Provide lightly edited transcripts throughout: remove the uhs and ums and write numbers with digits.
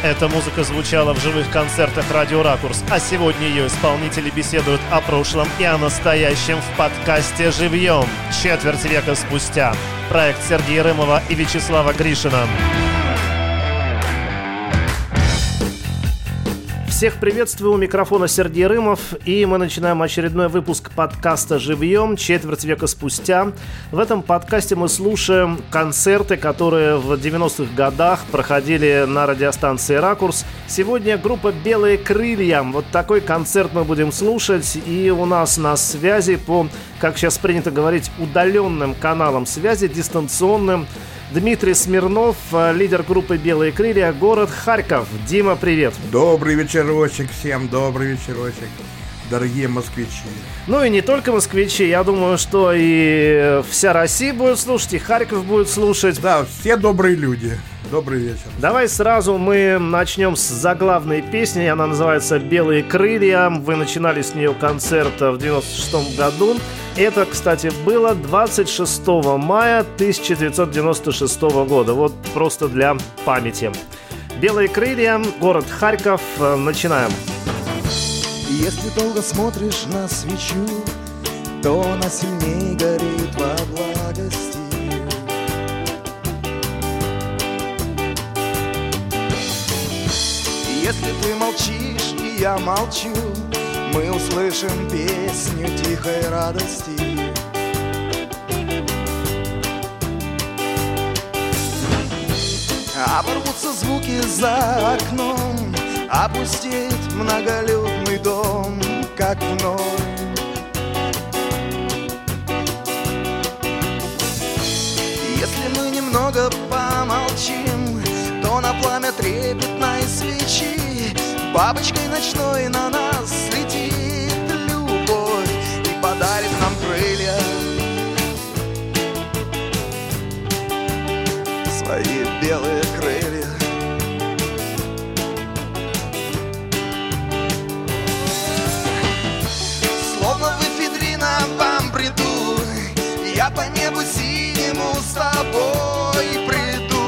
Эта музыка звучала в живых концертах «Радио Ракурс», а сегодня ее исполнители беседуют о прошлом и о настоящем в подкасте «Живьем». Четверть века спустя. Проект Сергея Рымова и Вячеслава Гришина. Всех приветствую, у микрофона Сергей Рымов, и мы начинаем очередной выпуск подкаста «Живьем. Четверть века спустя». В этом подкасте мы слушаем концерты, которые в 90-х годах проходили на радиостанции «Ракурс». Сегодня группа «Белые крылья». Вот такой концерт мы будем слушать, и у нас на связи по, как сейчас принято говорить, удаленным каналам связи, дистанционным, Дмитрий Смирнов, лидер группы «Белые крылья», город Харьков. Дима, привет. Добрый вечерочек всем, добрый вечерочек, дорогие москвичи. Ну и не только москвичи, я думаю, что и вся Россия будет слушать, и Харьков будет слушать. Да, все добрые люди. Добрый вечер. Давай сразу мы начнем с заглавной песни. Она называется «Белые крылья». Вы начинали с нее концерт в 96-м году. Это, кстати, было 26 мая 1996 года. Вот просто для памяти. «Белые крылья», город Харьков. Начинаем. Если долго смотришь на свечу, то она сильнее горит во благости. Если ты молчишь, и я молчу, мы услышим песню тихой радости. Оборвутся звуки за окном, опустеет многолюдный дом, как вновь. Если мы немного помолчим, то на пламя трепетной свечи бабочкой ночной на нас летит любовь и подарит нам крылья, свои белые крылья. Словно в эфедриновом бреду я по небу синему с тобой приду.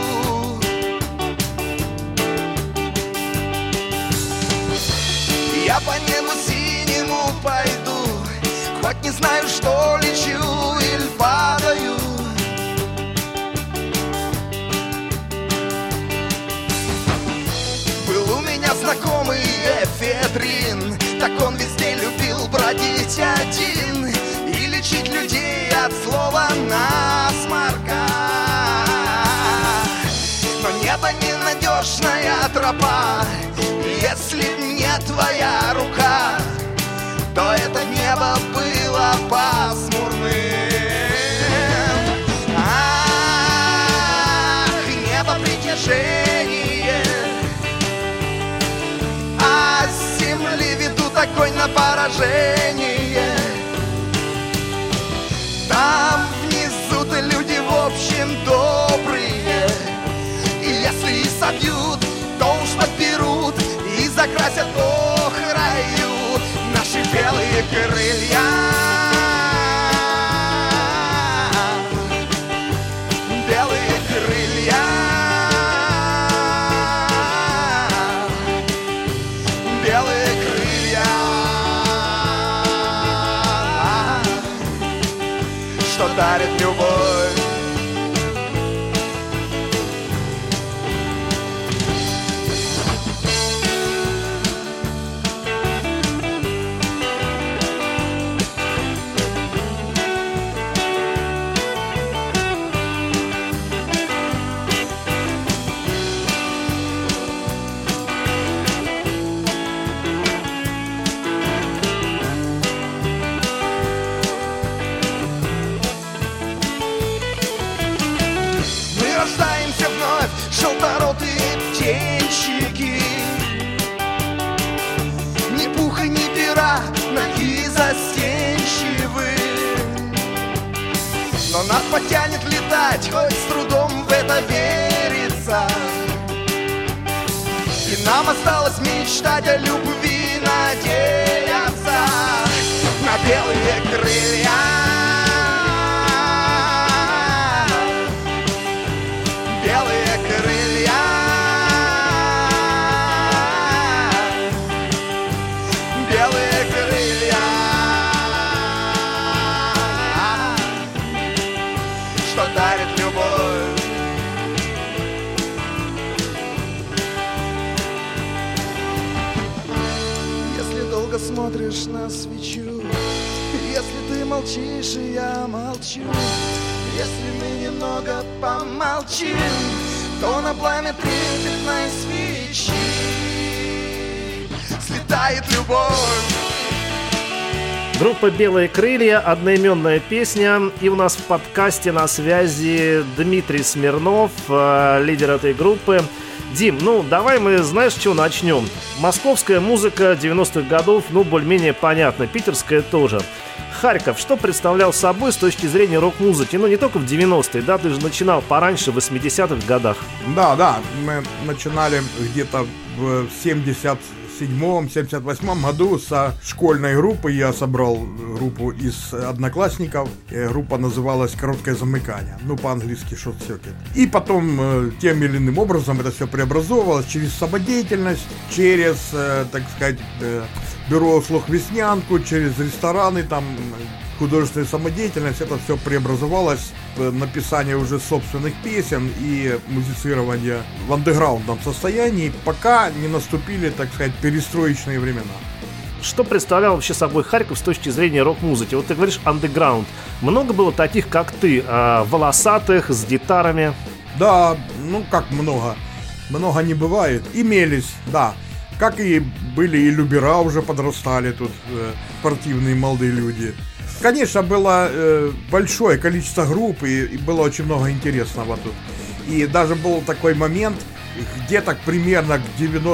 Я по небу синему пойду, хоть не знаю, что лечу или падаю. Был у меня знакомый эфедрин, так он везде любил бродить один и лечить людей от злого насморка. Но небо ненадежная тропа, если б не твоя рука, то это небо было пасмурным. Ах, небо притяжение, а с земли ведут огонь на поражение. Там внизу-то люди в общем добрые, и если и собьют, то уж подберут и закрасят охрою наши белые крылья. Белые крылья. Белые крылья, что дарит любовь. Желторотые птенчики, ни пуха, ни пера, ноги застенчивы. Но нас потянет летать, хоть с трудом в это верится. И нам осталось мечтать о любви, надеяться на белые крылья. Белые крылья. смотришь на свечу, если ты молчишь, и я молчу, если мы немного помолчим, то на пламя трепетной свечи слетает любовь. Группа «Белые крылья», одноименная песня. И у нас в подкасте на связи Дмитрий Смирнов, лидер этой группы. Дим, ну давай мы, знаешь, с чего начнем? Московская музыка 90-х годов, ну более-менее понятно, питерская тоже. Харьков, что представлял собой с точки зрения рок-музыки? Ну не только в 90-е, да, ты же начинал пораньше, в 80-х годах. Да, мы начинали где-то в 77-78 году со школьной группы. Я собрал группу из одноклассников. Группа называлась «Короткое замыкание». Ну, по-английски «Short Circuit». И потом тем или иным образом это все преобразовывалось через самодеятельность, через, так сказать, бюро услуг «Веснянку», через рестораны, там, художественная самодеятельность. Это все преобразовалось в написание уже собственных песен и музицирование в андеграундном состоянии, пока не наступили, так сказать, перестроечные времена. Что представлял вообще собой Харьков с точки зрения рок-музыки? Вот ты говоришь андеграунд. Много было таких, как ты, волосатых, с гитарами? Да, ну как много. Много не бывает. Имелись, да. Как и были и любера уже подрастали тут, спортивные молодые люди. Конечно, было большое количество групп, и было очень много интересного тут. И даже был такой момент, где-то примерно к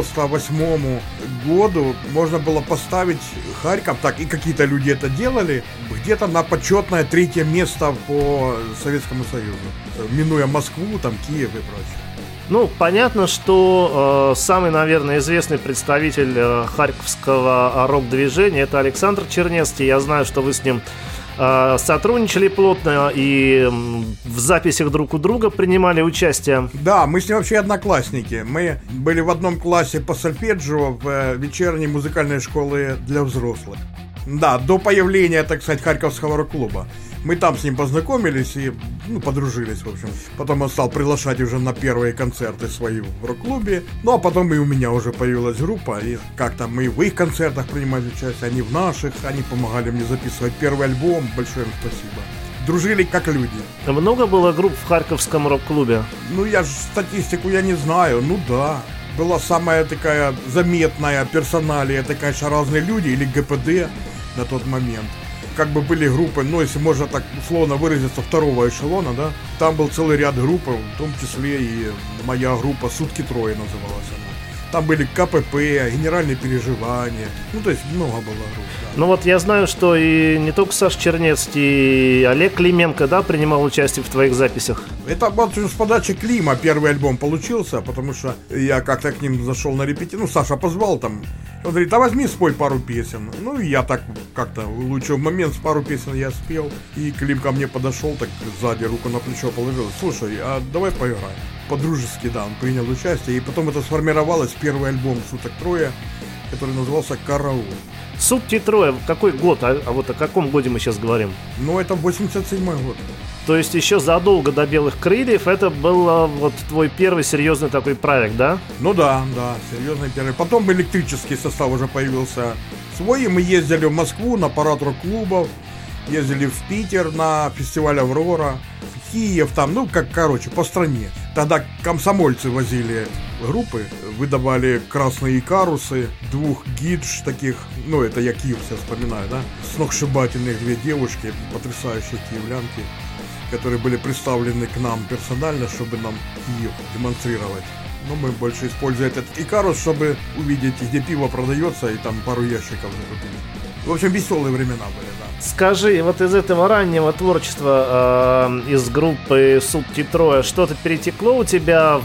98 году можно было поставить Харьков, так и какие-то люди это делали, где-то на почетное 3-е место по Советскому Союзу, минуя Москву, там, Киев и прочее. Ну, понятно, что самый, наверное, известный представитель харьковского рок-движения — это Александр Чернецкий. Я знаю, что вы с ним сотрудничали плотно и в записях друг у друга принимали участие. Да, мы с ним вообще одноклассники. Мы были в одном классе по сольфеджио в вечерней музыкальной школе для взрослых. Да, до появления, так сказать, Харьковского рок-клуба. Мы там с ним познакомились и, подружились, в общем. Потом он стал приглашать уже на первые концерты свои в рок-клубе. Ну, а потом и у меня уже появилась группа. И как-то мы в их концертах принимали участие, они в наших. Они помогали мне записывать первый альбом. Большое им спасибо. Дружили как люди. Много было групп в Харьковском рок-клубе? Ну, статистику я не знаю. Ну, да. Была самая такая заметная персоналия. Это, конечно, разные люди или ГПД на тот момент. Как бы были группы, если можно так условно выразиться, второго эшелона, да, там был целый ряд групп, в том числе и моя группа «Сутки трое» называлась она. Там были КПП, «Генеральные переживания», то есть много было групп. Да. Ну вот я знаю, что и не только Саша Чернецкий, и Олег Клименко, да, принимал участие в твоих записях? Это вот с подачи Клима первый альбом получился, потому что я как-то к ним зашел на репетицию, Саша позвал там, он говорит, возьми, спой пару песен. Ну и я так как-то улучшил момент, с пару песен я спел, и Клим ко мне подошел, так сзади руку на плечо положил, слушай, а давай поиграем. По-дружески, да, он принял участие, и потом это сформировалось первый альбом «Суток трое», который назывался «Караул». «Сутки трое», какой год, а вот о каком годе мы сейчас говорим? Ну, это 87-й год. То есть еще задолго до «Белых крыльев» это был вот твой первый серьезный такой проект, да? Ну да, серьезный первый. Потом электрический состав уже появился свой, и мы ездили в Москву на парад рок-клубов, ездили в Питер на фестиваль «Аврора», в Киев, там, по стране. Тогда комсомольцы возили группы, выдавали красные карусы, 2 гидж таких, это я Киев сейчас вспоминаю, да, сногсшибательных 2 девушки, потрясающие киевлянки, которые были представлены к нам персонально, чтобы нам Киев демонстрировать. Но мы больше используем этот икарус, чтобы увидеть, где пиво продается, и там пару ящиков закупили. В общем, веселые времена были, да. Скажи, вот из этого раннего творчества, из группы «Сутки трое», что-то перетекло у тебя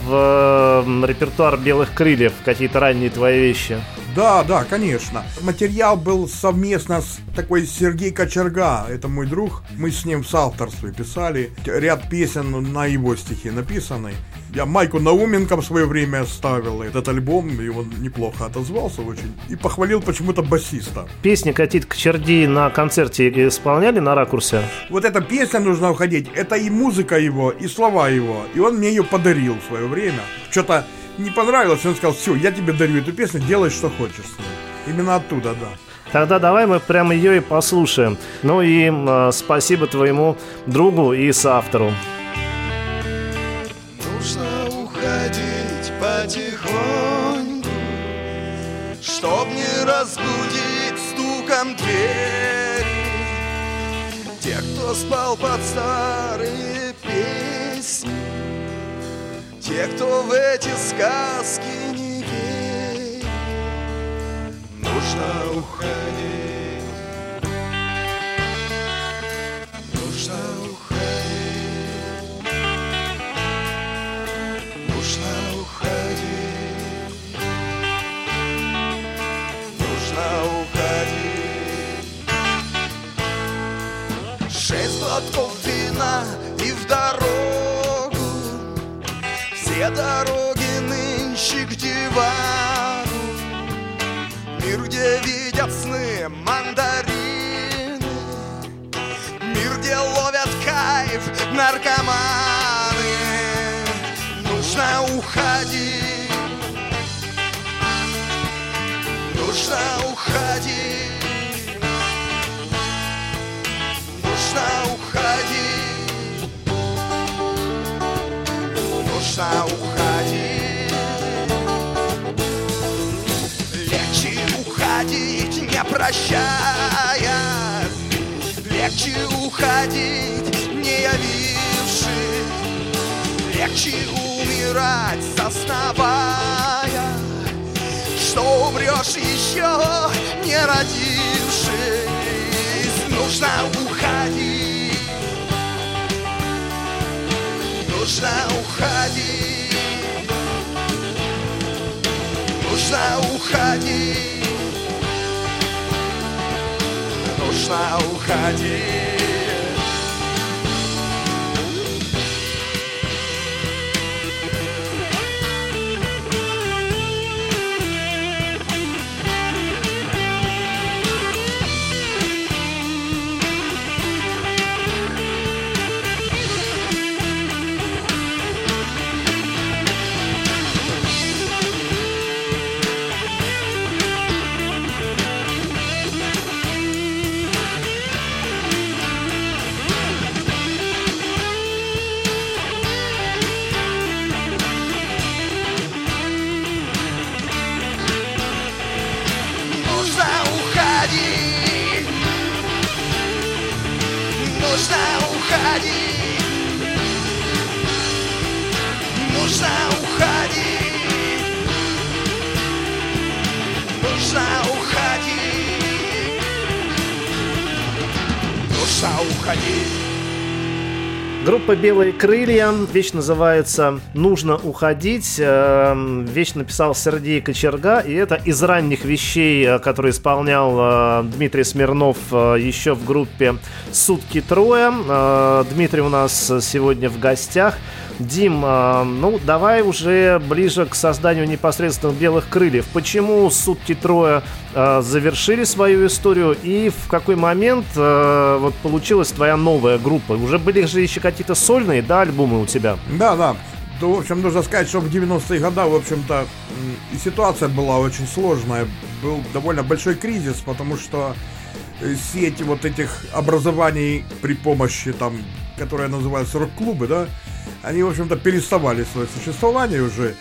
в репертуар «Белых крыльев», какие-то ранние твои вещи? Да, конечно. Материал был совместно с такой Сергей Кочерга, это мой друг. Мы с ним в соавторстве писали. Ряд песен на его стихи написаны. Я Майку Науменко в свое время ставил этот альбом, и он неплохо отозвался очень. И похвалил почему-то басиста. Песни «Катит Кочерги» на концерте исполняли на ракурсе? Вот эта песня «Нужно уходить», это и музыка его, и слова его. И он мне ее подарил в свое время. Что-то не понравилось, он сказал, все, я тебе дарю эту песню, делай, что хочешь с ней. Именно оттуда, да. Тогда давай мы прямо ее и послушаем. Ну и спасибо твоему другу и соавтору. Нужно уходить потихоньку, чтоб не разбудить стуком двери тех, кто спал под старые песни, те, кто в эти сказки не верит. Нужно уходить, нужно уходить, нужно уходить, нужно уходить. 6 глотков вина и в дорогу, все дороги нынче к дивану. Мир, где видят сны мандарины, мир, где ловят кайф наркоманы. Нужно уходить, нужно уходить, нужно уходить, нужно уходить. Легче уходить, не прощаясь, легче уходить, не явившись, легче умирать, сознавая, что умрешь еще не родившись. Нужно уходить, нужно уходить, нужно уходить, нужно уходить. Группа «Белые крылья», вещь называется «Нужно уходить». Вещь написал Сергей Кочерга, и это из ранних вещей, которые исполнял Дмитрий Смирнов еще в группе «Сутки трое». Дмитрий у нас сегодня в гостях. Дим, ну давай уже ближе к созданию непосредственно «Белых крыльев». Почему «Сутки трое» завершили свою историю, и в какой момент вот получилась твоя новая группа? Уже были же еще какие-то сольные, да, альбомы у тебя? Да. В общем, нужно сказать, что в 90-е годы, в общем-то, и ситуация была очень сложная. Был довольно большой кризис, потому что сеть вот этих образований при помощи, там, которые называются рок-клубы, да, они, в общем-то, переставали свое существование уже.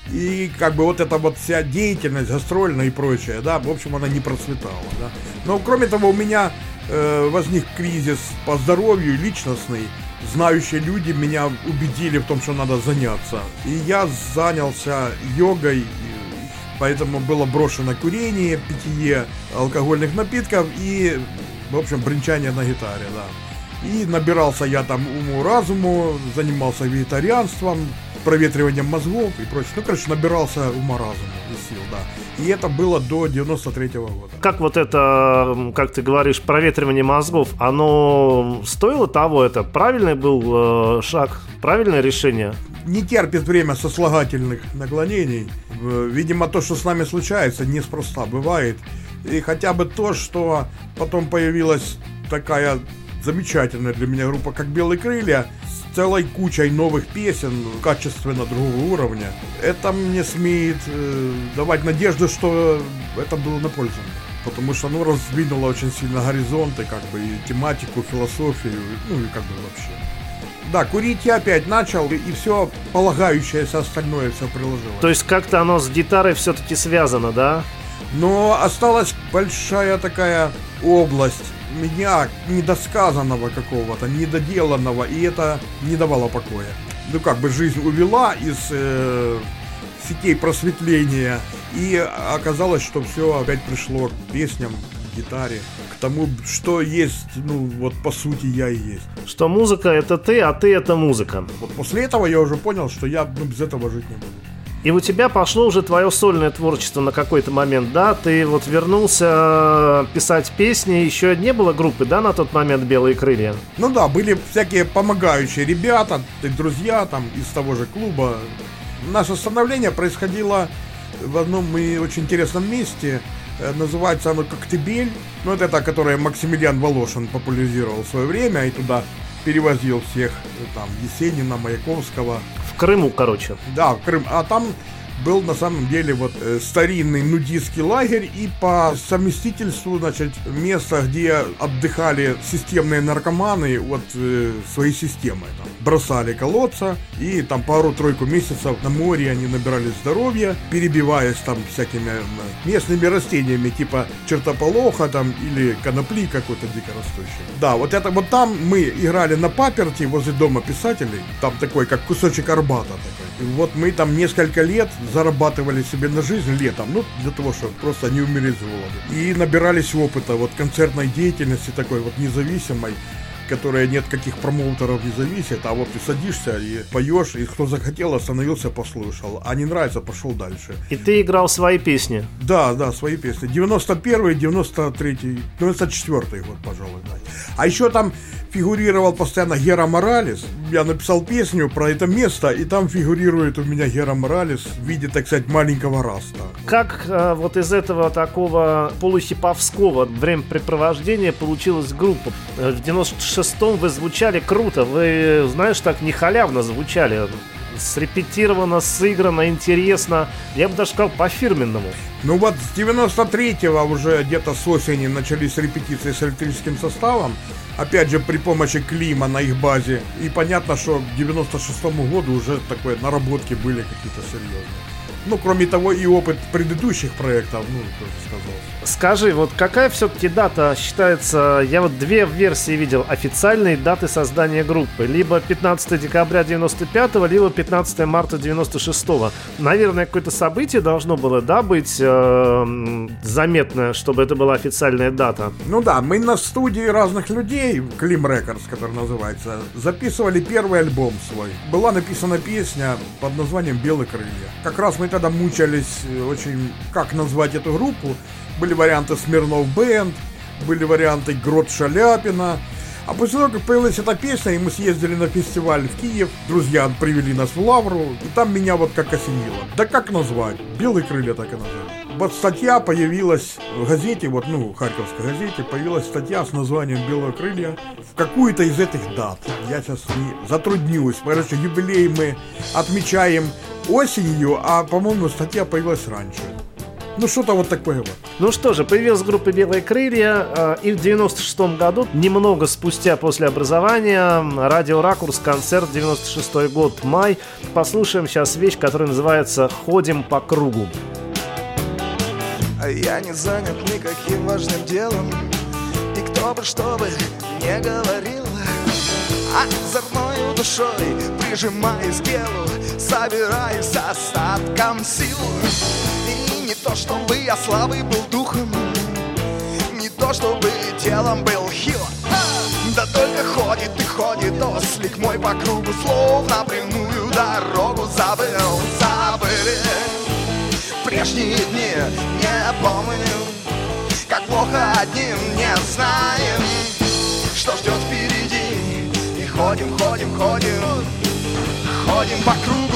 И как бы вот эта вот вся деятельность гастрольная и прочее, да, в общем, она не процветала, да. Но кроме того, у меня возник кризис по здоровью личностный. Знающие люди меня убедили в том, что надо заняться. И я занялся йогой, поэтому было брошено курение, питье алкогольных напитков и, в общем, бренчание на гитаре, да. И набирался я там уму-разуму, занимался вегетарианством, проветриванием мозгов и прочее. Ну, короче, набирался ума-разума и сил, да. И это было до 93-го года. Как вот это, как ты говоришь, проветривание мозгов, оно стоило того? Это правильный был шаг, правильное решение? Не терпит время сослагательных наклонений. Видимо, то, что с нами случается, неспроста бывает. И хотя бы то, что потом появилась такая замечательная для меня группа, как «Белые крылья», с целой кучей новых песен качественно другого уровня, это мне смеет давать надежду, что это было на пользу. потому что, раздвинуло очень сильно горизонты, как бы, и тематику, философию, и как бы вообще. Да, курить я опять начал, и все полагающееся остальное все приложилось. То есть как-то оно с гитарой все-таки связано, да? Но осталась большая такая область меня недосказанного какого-то, недоделанного, и это не давало покоя. Как бы жизнь увела из сетей просветления, и оказалось, что все опять пришло к песням, к гитаре, к тому, что есть, по сути, я и есть. Что музыка — это ты, а ты — это музыка. Вот после этого я уже понял, что я без этого жить не буду. И у тебя пошло уже твое сольное творчество на какой-то момент, да? Ты вот вернулся писать песни, еще не было группы, да, на тот момент «Белые крылья»? Да, были всякие помогающие ребята, друзья там из того же клуба. Наше становление происходило в одном очень интересном месте. Называется оно «Коктебель». Это которое Максимилиан Волошин популяризировал в свое время и туда перевозил всех, там, Есенина, Маяковского. В Крыму, короче. Да, в Крым. А там был на самом деле старинный нудистский лагерь и по совместительству, место, где отдыхали системные наркоманы своей системой. Там бросали колодца и там пару-тройку месяцев на море они набирали здоровья, перебиваясь там всякими местными растениями типа чертополоха там или конопли какой-то дикорастущей. Да, там мы играли на паперти возле дома писателей, там такой как кусочек Арбата такой. И мы там несколько лет зарабатывали себе на жизнь летом, для того, чтобы просто не умереть с голоду. И набирались опыта концертной деятельности такой независимой, которая ни от каких промоутеров не зависит, а ты садишься и поешь, и кто захотел, остановился, послушал, а не нравится, пошел дальше. И ты играл свои песни? Да, свои песни. 91-й, 93-й, 94-й год, пожалуй, да. А еще там фигурировал постоянно Гера Моралес. Я написал песню про это место, и там фигурирует у меня Гера Моралес в виде, так сказать, маленького Раста. Как из этого такого полухиповского времяпрепровождения получилась группа? В 96-м вы звучали круто, вы, знаешь, так не халявно звучали. Срепетировано, сыграно, интересно. Я бы даже сказал, по-фирменному. С 93-го уже где-то с осени начались репетиции с электрическим составом. Опять же, при помощи Клима на их базе. И понятно, что к 96-му году уже такое наработки были какие-то серьезные. Кроме того, и опыт предыдущих проектов, тоже сказал. Скажи, какая все-таки дата считается, я две версии видел официальной даты создания группы, либо 15 декабря 95-го, либо 15 марта 96-го. Наверное, какое-то событие должно было, быть заметное, чтобы это была официальная дата. Мы на студии разных людей, Клим Рекордс, который называется, записывали первый альбом свой. Была написана песня под названием «Белые крылья». Как раз мы тогда мучались очень, как назвать эту группу. Были варианты Смирнов Бэнд, были варианты Грот Шаляпина. А после того, как появилась эта песня, и мы съездили на фестиваль в Киев, друзья привели нас в Лавру, и там меня как осенило. Да как назвать? «Белые крылья» так и назвали. Статья появилась в газете, Харьковской газете, появилась статья с названием «Белые крылья» в какую-то из этих дат. Я сейчас не затруднюсь, потому что юбилей мы отмечаем осенью, а, по-моему, статья появилась раньше. Что-то такое что же, появилась группа «Белые крылья», и в 96-м году, немного спустя после образования, радио «Ракурс», концерт, 96-й год, май. Послушаем сейчас вещь, которая называется «Ходим по кругу». Я не занят никаким важным делом, и кто бы что бы не говорил, озорною душой прижимаюсь к делу, собираюсь с остатком сил. И не то чтобы я слабый был духом, не то чтобы телом был хил, да только ходит и ходит ослик мой по кругу, словно прямую дорогу забыл. Прежние дни не помню, как плохо одним не знаем, что ждет впереди. И ходим по кругу.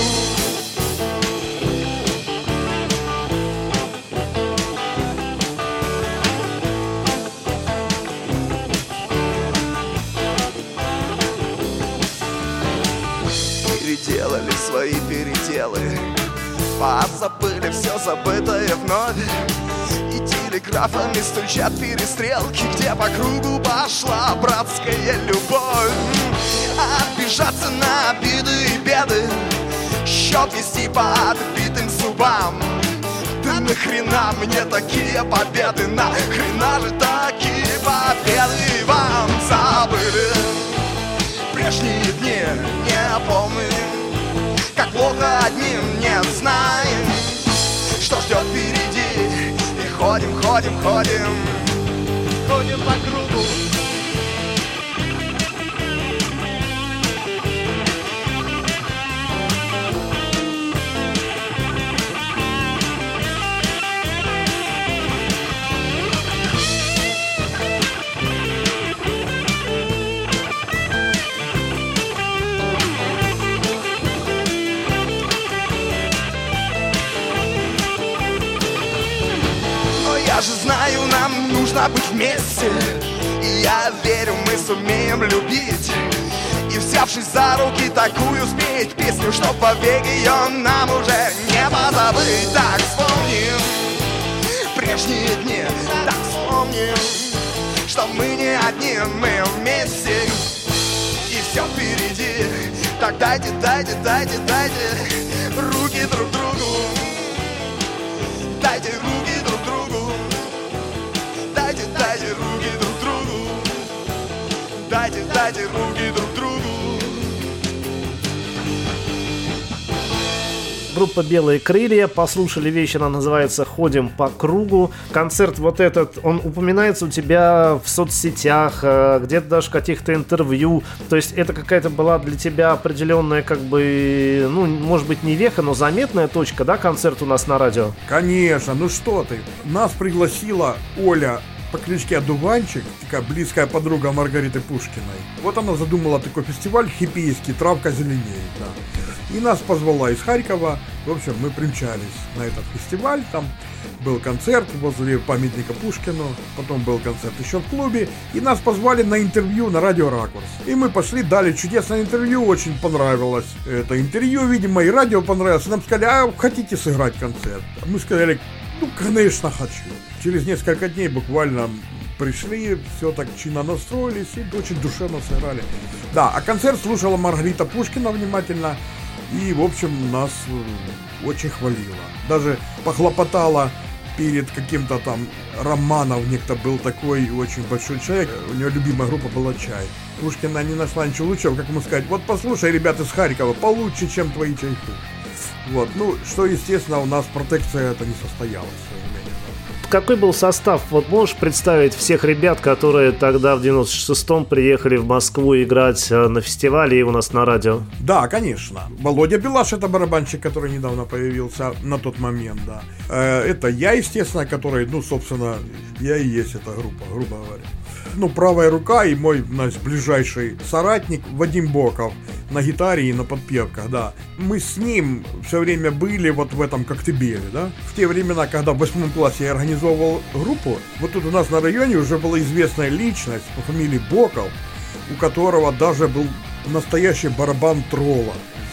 Переделали свои переделы, позабыли все забытое вновь, и телеграфами стучат перестрелки, где по кругу пошла братская любовь. Обижаться на обиды и беды, счет вести по отбитым зубам. Да нахрена мне такие победы, нахрена же такие победы вам? Забыли прежние дни, не помним, как плохо одним не знаем, что ждет впереди. И ходим, ходим, ходим, ходим по кругу. Я же знаю, нам нужно быть вместе, и я верю, мы сумеем любить. И взявшись за руки, такую спеть песню, что повеки ее нам уже не позабыть. Так вспомним прежние дни, так вспомним, что мы не одни, мы вместе, и все впереди. Так дайте, дайте, дайте, дайте руки друг другу, дайте руки друг другу, дайте, дайте руки друг другу, дайте, дайте руки друг другу. Группа «Белые крылья». Послушали вещь, она называется «Ходим по кругу». Концерт вот этот, он упоминается у тебя в соцсетях, где-то даже в каких-то интервью. То есть это какая-то была для тебя определенная, как бы, ну, может быть, не веха, но заметная точка, да, концерт у нас на радио? Конечно, ну что ты. Нас пригласила Оля по кличке Одуванчик, такая близкая подруга Маргариты Пушкиной. Вот она задумала такой фестиваль хиппийский «Травка зеленеет», да. И нас позвала из Харькова. В общем, мы примчались на этот фестиваль. Там был концерт возле памятника Пушкину. Потом был концерт еще в клубе. И нас позвали на интервью на радио «Ракурс». И мы пошли, дали чудесное интервью. Очень понравилось это интервью, видимо, и радио понравилось. Нам сказали: а хотите сыграть концерт? Мы сказали: ну, конечно, хочу. Через несколько дней буквально пришли, все так чинно настроились и очень душевно сыграли. Да, а концерт слушала Маргарита Пушкина внимательно. И, в общем, нас очень хвалила. Даже похлопотала перед каким-то там Романов, некто был такой очень большой человек. У него любимая группа была «Чай». Пушкина не нашла ничего лучшего, как ему сказать: вот послушай, ребята из Харькова, получше, чем твои чайки. Вот, ну, что, естественно, у нас протекция это не состоялась, к сожалению. Какой был состав? Вот можешь представить всех ребят, которые тогда в 96-м приехали в Москву играть на фестивале и у нас на радио? Да, конечно. Володя Белаш — это барабанщик, который недавно появился на тот момент, да. Это я, естественно, который, ну, собственно, я и есть эта группа, грубо говоря. Ну, правая рука и мой, значит, ближайший соратник Вадим Боков на гитаре и на подпевках, да. Мы с ним все время были вот в этом Коктебеле, да. В те времена, когда в 8 классе я организовывал группу, вот тут у нас на районе уже была известная личность по фамилии Боков, у которого даже был настоящий барабан Тролла.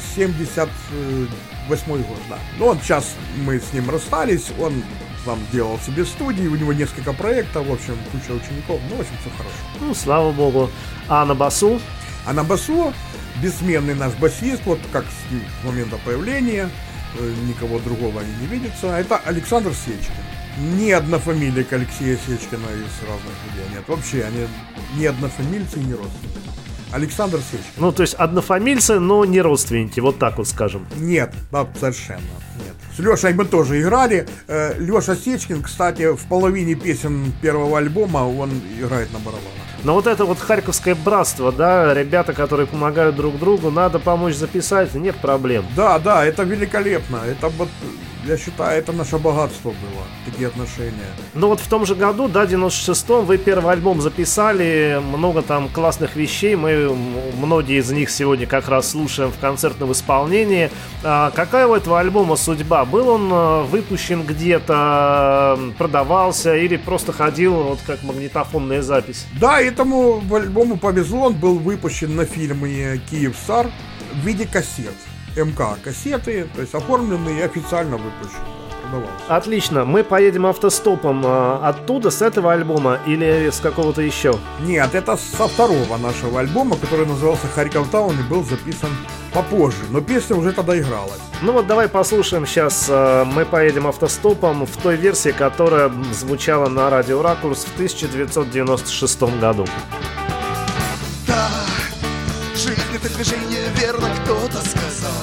78-й год, да. Ну, вот сейчас мы с ним расстались, он там делал себе студии, у него несколько проектов, в общем, куча учеников, ну, в общем, все хорошо. Ну, слава богу. А на басу? А на басу бессменный наш басист, вот как с момента появления, никого другого не видится, это Александр Сечкин. Ни однофамилик Алексея Сечкина из разных людей нет. Вообще, они ни однофамильцы, ни родственники. Александр Сечкин. Ну, то есть однофамильцы, но не родственники, вот так вот скажем. Нет, да, совершенно нет. С Лешей мы тоже играли. Леша Сечкин, кстати, в половине песен первого альбома он играет на барабанах. Но вот это вот харьковское братство, да, ребята, которые помогают друг другу, надо помочь записать, нет проблем. Да, да, это великолепно. Это вот, я считаю, это наше богатство было, такие отношения. Ну вот в том же году, да, 96-м, вы первый альбом записали, много там классных вещей, мы многие из них сегодня как раз слушаем в концертном исполнении. Какая у этого альбома судьба? Был он выпущен где-то, продавался или просто ходил вот как магнитофонная запись? Да, этому альбому повезло, он был выпущен на фильме «Киевстар» в виде кассет. МК кассеты, то есть оформленные и официально выпущены. удавалось. Отлично. Мы поедем автостопом оттуда, с этого альбома или с какого-то еще? Нет, это со второго нашего альбома, который назывался «Харьков Таун» и был записан попозже, но песня уже тогда игралась. Ну вот давай послушаем сейчас «Мы поедем автостопом» в той версии, которая звучала на радио «Ракурс» в 1996 году. Да, жизнь — это движение, верно кто-то сказал.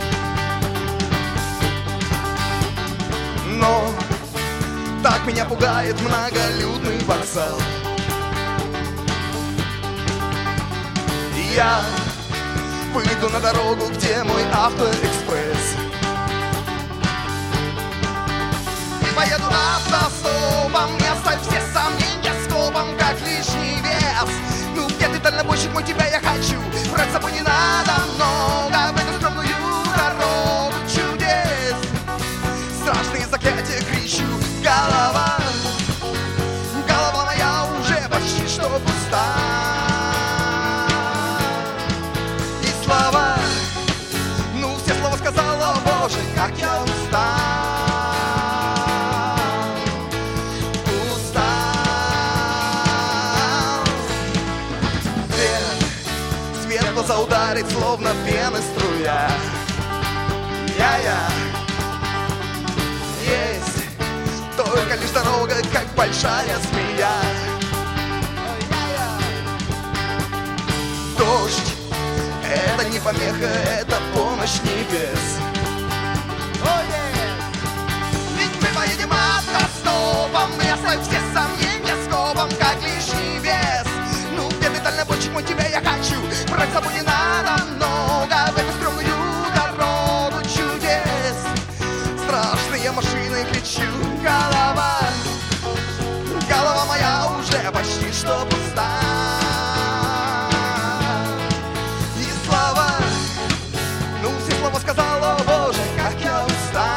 Но так меня пугает многолюдный вокзал. Я выйду на дорогу, где мой автоэкспресс, и поеду автостопом, не оставь все сомнения скопом, как лишний вес. Ну где ты, дальнобойщик мой, тебя я хочу, брать с собой не надо много, в эту скромную дорогу чудес. Страшные заклятия кричу, голова моя уже почти что пуста. И слова, ну все слова сказала, Боже, как я устал. Свет в глаза ударит, словно пены струя. Есть только лишь дорога, как большая змея. Дождь — это не помеха, это помощь небес. Ведь мы поедем автостопом, и оставим все сомнения скопом, как лишний вес. Ну где ты, дальнобойщик мой, тебя я хочу, брать с собой не надо много, в эту стрёмную дорогу чудес. Страшные машины кричу, голова моя уже почти что пуста. И слова, ну все слова сказала, Боже, как я устал.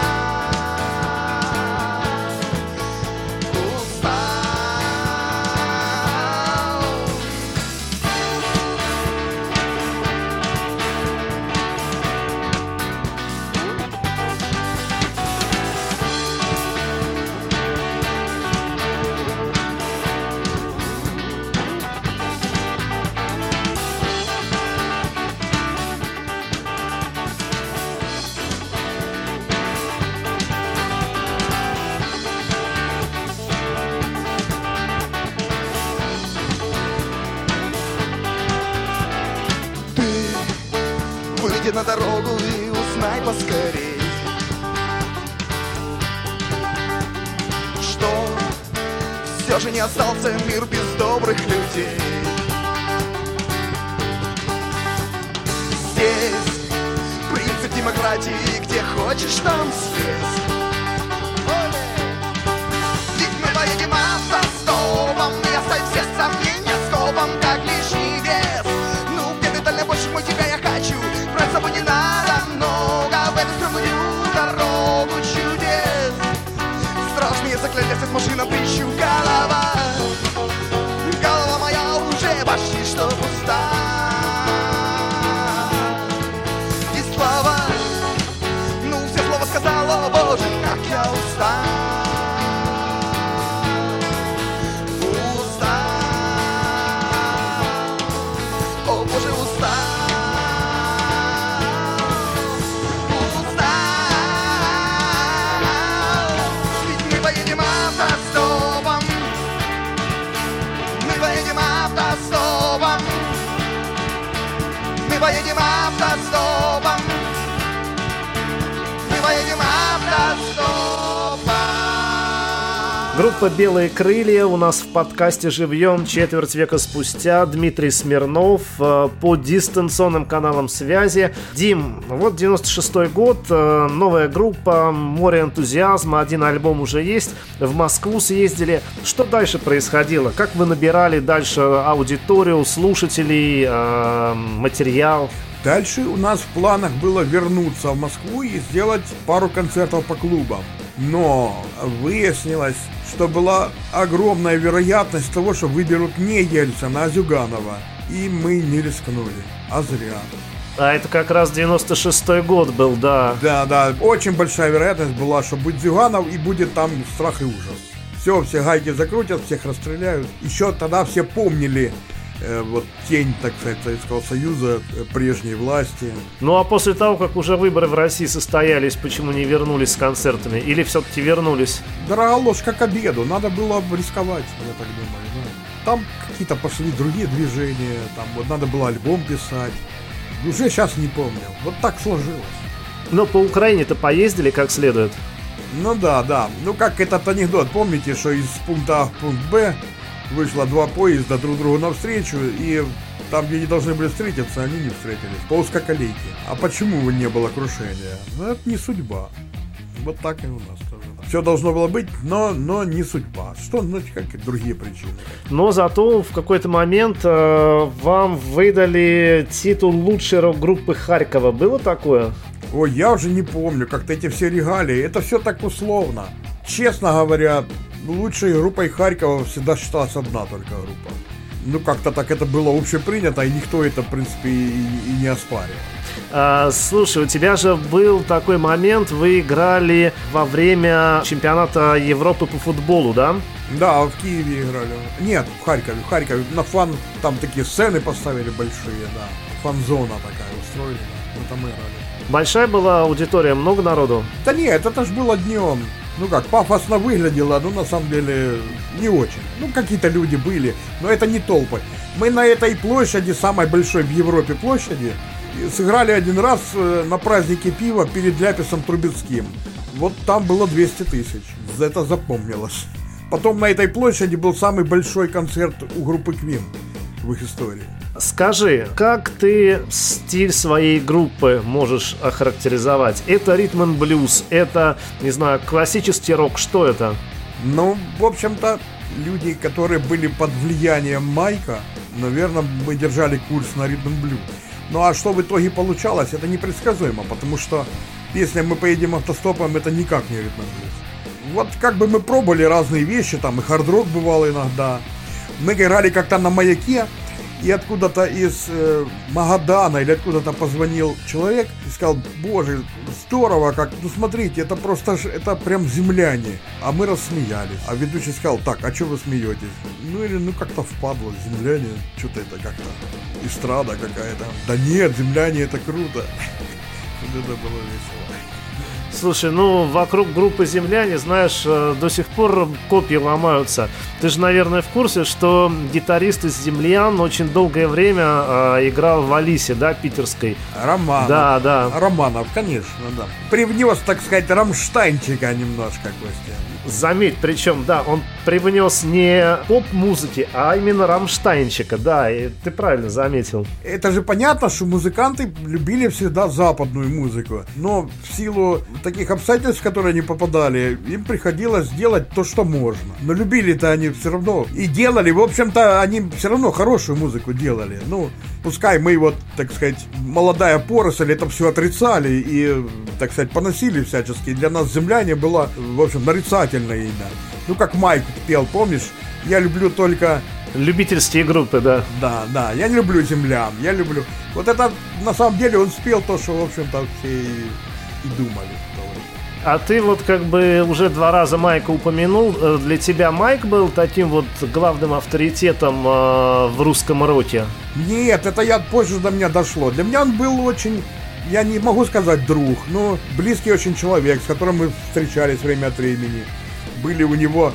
Выйди на дорогу и узнай поскорей, что все же не остался мир без добрых людей. Здесь принцип демократии, где хочешь, там съесть. Ведь мы поедем автостопом, и оставь все сомнения скопом, как лишний вес. Ну где ты, дальнобойщик мой, тебя я хочу, брать с собой не надо много, в эту стрёмную дорогу чудес. Страшные заклятия с машинам кричу, голова моя уже почти что пуста. И слова, ну все слова сказала, Боже, как я устал. О, Боже, устал. Ведь мы поедем автостопом. Мы поедем автостопом. Мы поедем автостопом. Мы поедем автостопом. Группа «Белые крылья» у нас в подкасте «Живьем» четверть века спустя. Дмитрий Смирнов по дистанционным каналам связи. Дим, вот 96-й год, новая группа, море энтузиазма, один альбом уже есть. В Москву съездили. Что дальше происходило? Как вы набирали дальше аудиторию, слушателей, материал? Дальше у нас в планах было вернуться в Москву и сделать пару концертов по клубам. Но выяснилось, что была огромная вероятность того, что выберут не Ельцина, а Зюганова. И мы не рискнули. А зря. А это как раз 96-й год был, да. Да, очень большая вероятность была, что будет Зюганов и будет там страх и ужас. Все гайки закрутят, всех расстреляют. Еще тогда все помнили вот тень, так сказать, Советского Союза, прежней власти. Ну а после того, как уже выборы в России состоялись, почему не вернулись с концертами? Или все-таки вернулись? Дорога ложка к обеду, надо было рисковать, я так думаю. Да. Там какие-то пошли другие движения, там вот надо было альбом писать. Уже сейчас не помню, вот так сложилось. Но по Украине-то поездили как следует? Ну да, ну как этот анекдот, помните, что из пункта А в пункт Б вышло два поезда друг другу навстречу, и там, где они должны были встретиться, они не встретились, по узкоколейке. А почему не было крушения? Ну, это не судьба. Вот так и у нас тоже. Все должно было быть, но не судьба. Что, ну, как и другие причины. Но зато в какой-то момент вам выдали титул лучшей рок-группы Харькова. Было такое? Ой, я уже не помню, как-то эти все регалии. Это все так условно. Честно говоря, лучшей группой Харькова всегда считалась одна только группа. Ну, как-то так это было общепринято, и никто это, в принципе, и не оспаривал. Слушай, у тебя же был такой момент, вы играли во время чемпионата Европы по футболу, да? Да, в Киеве играли. Нет, в Харькове. На фан, там такие сцены поставили большие, да. Фан-зона такая устроили, да. Мы там играли. Большая была аудитория, много народу? Да нет, это ж было днем. Ну как, пафосно выглядело, но на самом деле не очень. Ну, какие-то люди были, но это не толпы. Мы на этой площади, самой большой в Европе площади, сыграли один раз на празднике пива перед Ляписом Трубецким. Вот там было 200 тысяч. Это запомнилось. Потом на этой площади был самый большой концерт у группы Queen в их истории. Скажи, как ты стиль своей группы можешь охарактеризовать? Это ритм н блюз, это, не знаю, классический рок, что это? Ну, в общем-то, люди, которые были под влиянием Майка, наверное, мы держали курс на ритм н блюз. Ну а что в итоге получалось, это непредсказуемо, потому что песня «Мы поедем автостопом» это никак не ритм н блюз. Вот как бы мы пробовали разные вещи, там и хард-рок бывал иногда. Мы играли как-то на «Маяке», и откуда-то из Магадана или откуда-то позвонил человек и сказал: боже, здорово как, ну смотрите, это просто, это прям земляне. А мы рассмеялись. А ведущий сказал: так, а что вы смеетесь? Ну или ну как-то впадло, земляне, что-то это как-то эстрада какая-то. Да нет, земляне это круто. Вот это было весело. Слушай, ну вокруг группы «Земляне», знаешь, до сих пор копья ломаются. Ты же, наверное, в курсе, что гитарист из «Землян» очень долгое время играл в Алисе, да, питерской. Романов. Да. Романов, конечно, да. Привнес, так сказать, рамштайнчика немножко, Костя. Заметь, причем, да, он привнес не поп-музыки, а именно рамштайнчика, да, и ты правильно заметил. Это же понятно, что музыканты любили всегда западную музыку, но в силу таких обстоятельств, в которые они попадали, им приходилось делать то, что можно. Но любили-то они все равно и делали, в общем-то, они все равно хорошую музыку делали. Ну, пускай мы вот, так сказать, молодая поросль, это все отрицали и, так сказать, поносили всячески. Для нас «Земляне» было, в общем, нарицательное имя. Ну, как Майк пел, помнишь? Я люблю только... Любительские группы, да. Да, я не люблю «Землян», я люблю... Вот это, на самом деле, он спел то, что, в общем-то, все и думали. А ты вот как бы уже 2 раза Майка упомянул. Для тебя Майк был таким вот главным авторитетом в русском роке? Нет, это позже до меня дошло. Для меня он был очень, я не могу сказать друг, но близкий очень человек, с которым мы встречались время от времени. Были у него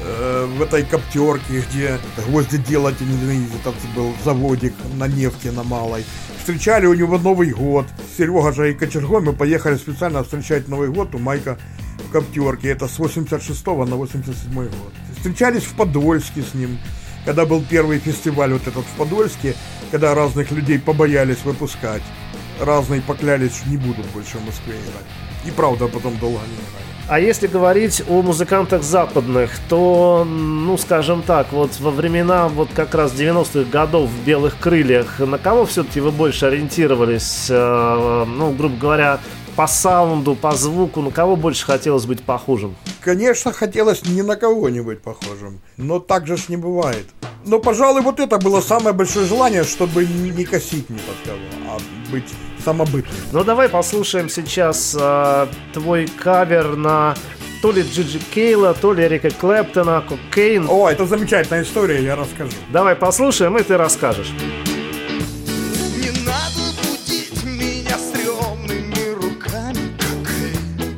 в этой коптерке, где гвоздеделательный этот был заводик на нефти, на Малой. Встречали у него Новый год. Серега же и кочергой мы поехали специально встречать Новый год у Майка в коптерке. Это с 86 на 87 год. Встречались в Подольске с ним, когда был первый фестиваль вот этот в Подольске, когда разных людей побоялись выпускать. Разные поклялись, что не будут больше в Москве играть. И правда, потом долго не играли. А если говорить о музыкантах западных, то, ну, скажем так, вот во времена вот как раз 90-х годов в «Белых крыльях», на кого все-таки вы больше ориентировались, ну, грубо говоря, по саунду, по звуку, на кого больше хотелось быть похожим? Конечно, хотелось ни на кого не быть похожим, но так же ж не бывает. Но, пожалуй, вот это было самое большое желание, чтобы не косить ни под кого, а быть самобытный. Ну давай послушаем сейчас твой кавер на то ли Джиджи Кейла, то ли Эрика Клэптона, «Cocaine». О, это замечательная история, я расскажу. Давай послушаем, и ты расскажешь. Не надо будить меня стрёмными руками, кокаин.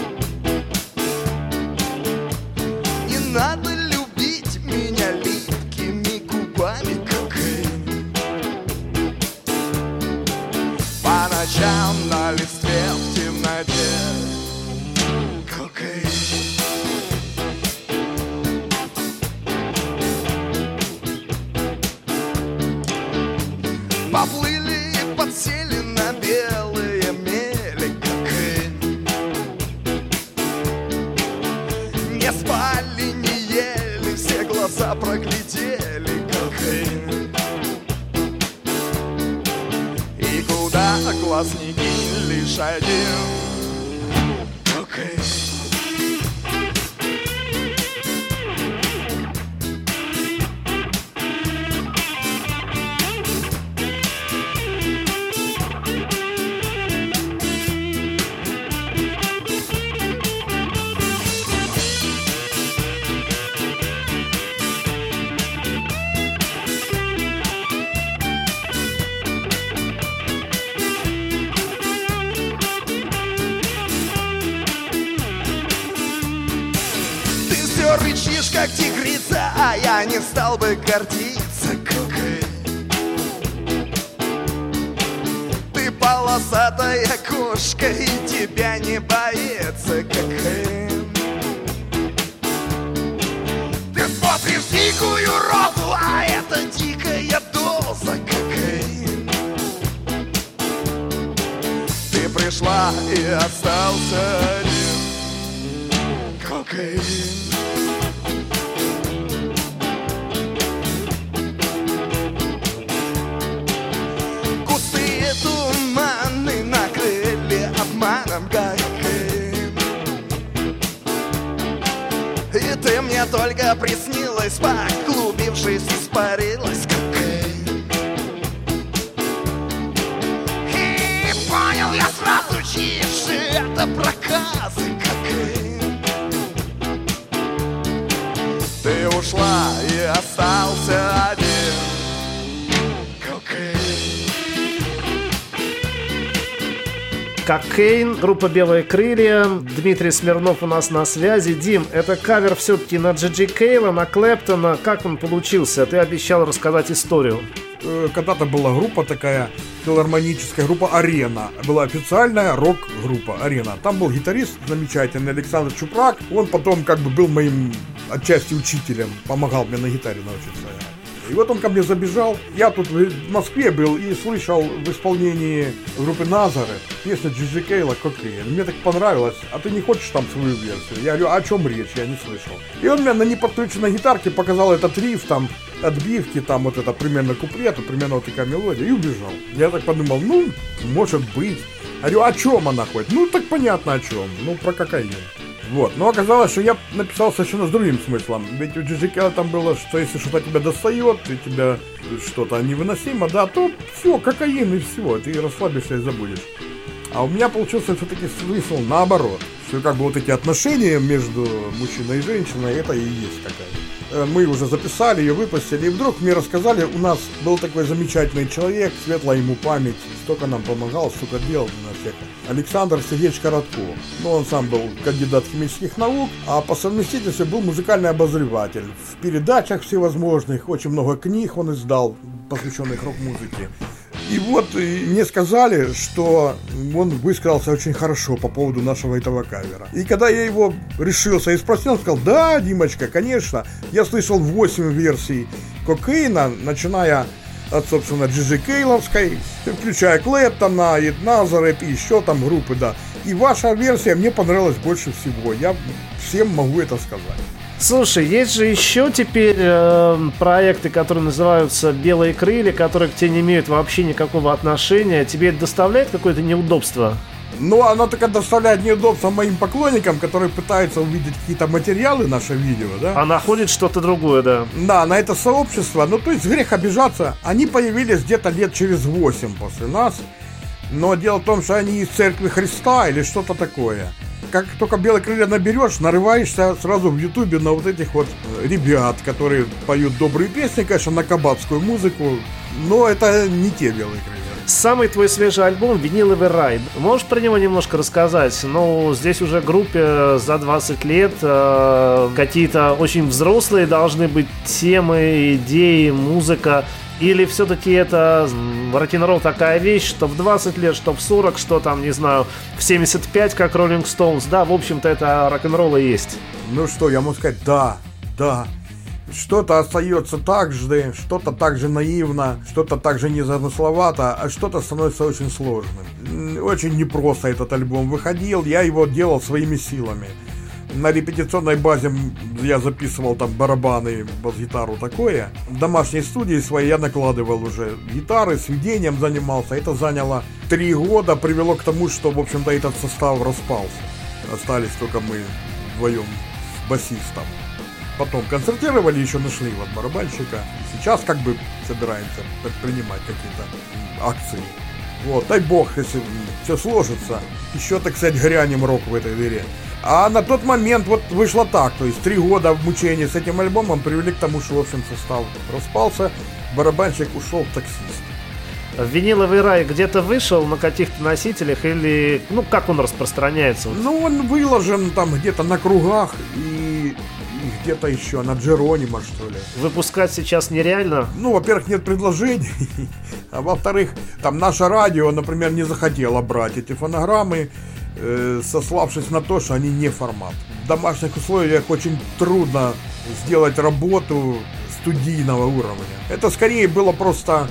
Не надо любить меня липкими губами, кокаин. По ночам на листве в темноте, кокаин. Поплыли и подсели на белые мели, кокаин. Не спали, не ели, все глаза проглядели, кокаин. И куда глаз не кинь, лишь один, кокаин. Рычишь, как тигрица, а я не стал бы гордиться, кокаин. Ты полосатая кошка, и тебя не боится, кокаин. Ты смотришь дикую розу, а это дикая доза, кокаин. Ты пришла и остался один, кокаин. Туманы накрыли обманом, кокаин. И ты мне только приснилась, поглубившись, испарилась, кокаин. И понял я сразу, чьи же это проказы, кокаин. Ты ушла и остался один, кокаин. «Cocaine», группа «Белые крылья». Дмитрий Смирнов у нас на связи. Дим, это кавер все-таки на Джиджи Кейла, на Клэптона. Как он получился? Ты обещал рассказать историю. Когда-то была группа такая, филармоническая группа «Арена». Была официальная рок-группа «Арена». Там был гитарист замечательный Александр Чупрак. Он потом как бы был моим отчасти учителем. Помогал мне на гитаре научиться. И вот он ко мне забежал. Я тут в Москве был и слышал в исполнении группы Назарет песня Джиджи Кейла «Cocaine». Мне так понравилось. А ты не хочешь там свою версию? Я говорю, о чем речь? Я не слышал. И он мне на неподключенной гитарке показал этот риф, там, отбивки, там вот это примерно куплет, примерно вот такая мелодия, и убежал. Я так подумал, ну, может быть. Я говорю, о чем она ходит? Ну, так понятно о чем. Ну, про кокаин. Вот, но оказалось, что я написал совершенно с другим смыслом. Ведь у Джиджи Кейла там было, что если что-то тебя достает, и тебя что-то невыносимо, да, то все, кокаин и все, ты расслабишься и забудешь. А у меня получился все-таки смысл наоборот, что как бы вот эти отношения между мужчиной и женщиной, это и есть кокаин. Мы уже записали ее, выпустили, и вдруг мне рассказали, у нас был такой замечательный человек, светлая ему память, столько нам помогал, столько делал на всех. Александр Сергеевич Коротков. Ну, он сам был кандидат химических наук, а по совместительству был музыкальный обозреватель. В передачах всевозможных, очень много книг он издал, посвященных рок-музыке. И вот мне сказали, что он высказался очень хорошо по поводу нашего этого кавера. И когда я его решился и спросил, он сказал, да, Димочка, конечно, я слышал 8 версий «Cocaine», начиная от, собственно, Джиджи Кейловской, включая Клэптона, и Назарет, и еще там группы, да. И ваша версия мне понравилась больше всего, я всем могу это сказать. Слушай, есть же еще теперь проекты, которые называются «Белые крылья», которые к тебе не имеют вообще никакого отношения. Тебе это доставляет какое-то неудобство? Ну, оно только доставляет неудобства моим поклонникам, которые пытаются увидеть какие-то материалы, наше видео, да? А находят что-то другое, да. Да, на это сообщество, ну, то есть грех обижаться. Они появились где-то лет через 8 после нас. Но дело в том, что они из Церкви Христа или что-то такое. Как только «Белые крылья» наберешь, нарываешься сразу в Ютубе на вот этих вот ребят, которые поют добрые песни, конечно, на кабацкую музыку, но это не те «Белые крылья». Самый твой свежий альбом «Виниловый рай». Можешь про него немножко рассказать? Ну, здесь уже группе за 20 лет, какие-то очень взрослые должны быть темы, идеи, музыка. Или все-таки это рок-н-ролл такая вещь, что в 20 лет, что в 40, что там, не знаю, в 75, как Rolling Stones. Да, в общем-то, это рок-н-ролл и есть. Ну что, я могу сказать, да. Что-то остается так же, что-то так же наивно, что-то так же незамысловато, а что-то становится очень сложным. Очень непросто этот альбом выходил, я его делал своими силами. На репетиционной базе я записывал там барабаны, бас-гитару, такое. В домашней студии своей я накладывал уже гитары, сведением занимался. Это заняло 3 года, привело к тому, что, в общем-то, этот состав распался. Остались только мы вдвоем с басистом. Потом концертировали, еще нашли вот барабанщика. Сейчас как бы собираемся предпринимать какие-то акции. Вот, дай бог, если все сложится, еще, так сказать, грянем рок в этой дыре. А на тот момент вот вышло так, то есть 3 года мучений с этим альбомом привели к тому, что, в общем, состав распался, барабанщик ушел в таксист. «Виниловый рай» где-то вышел на каких-то носителях или, ну, как он распространяется? Ну, он выложен там где-то на кругах и где-то еще на Джеронима, что ли. Выпускать сейчас нереально? Ну, во-первых, нет предложений, а во-вторых, там наше радио, например, не захотело брать эти фонограммы, сославшись на то, что они не формат. В домашних условиях очень трудно сделать работу студийного уровня. Это скорее было просто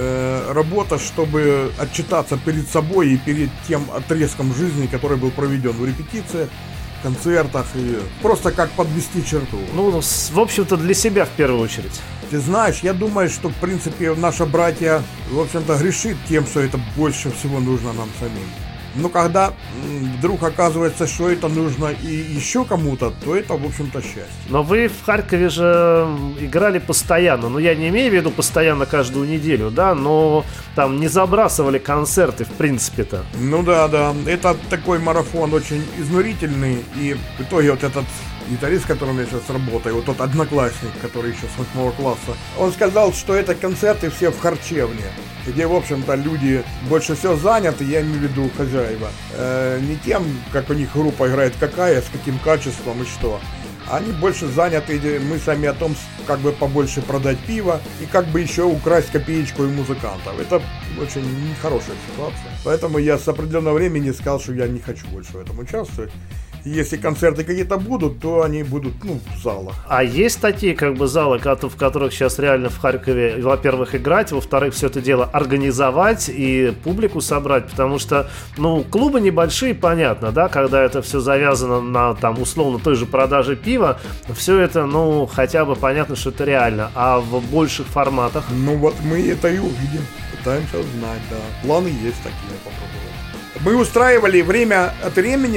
работа, чтобы отчитаться перед собой и перед тем отрезком жизни, который был проведен в репетициях, концертах, и просто как подвести черту. Ну, в общем-то, для себя в первую очередь. Ты знаешь, я думаю, что, в принципе, наши братья, в общем-то, грешит тем, что это больше всего нужно нам самим. Но когда вдруг оказывается, что это нужно и еще кому-то, то это, в общем-то, счастье. Но вы в Харькове же играли постоянно. Ну, я не имею в виду постоянно каждую неделю, да, но там не забрасывали концерты, в принципе-то. Ну да, это такой марафон очень изнурительный. И в итоге вот этот гитарист, с которым я сейчас работаю, вот тот одноклассник, который еще с 8 класса, он сказал, что это концерты все в харчевне, где, в общем-то, люди больше всего заняты, я имею в виду хозяева, не тем, как у них группа играет какая, с каким качеством и что. Они больше заняты мыслями о том, как бы побольше продать пиво и как бы еще украсть копеечку у музыкантов. Это очень нехорошая ситуация. Поэтому я с определенного времени сказал, что я не хочу больше в этом участвовать. Если концерты какие-то будут, то они будут, в залах. А есть такие, залы, в которых сейчас реально в Харькове, во-первых, играть, во-вторых, все это дело организовать и публику собрать, потому что, клубы небольшие, понятно, да, когда это все завязано на, условно, той же продаже пива, все это, хотя бы понятно, что это реально, а в больших форматах? Вот мы это и увидим, пытаемся узнать, да, планы есть такие, попробовать. Мы устраивали время от времени,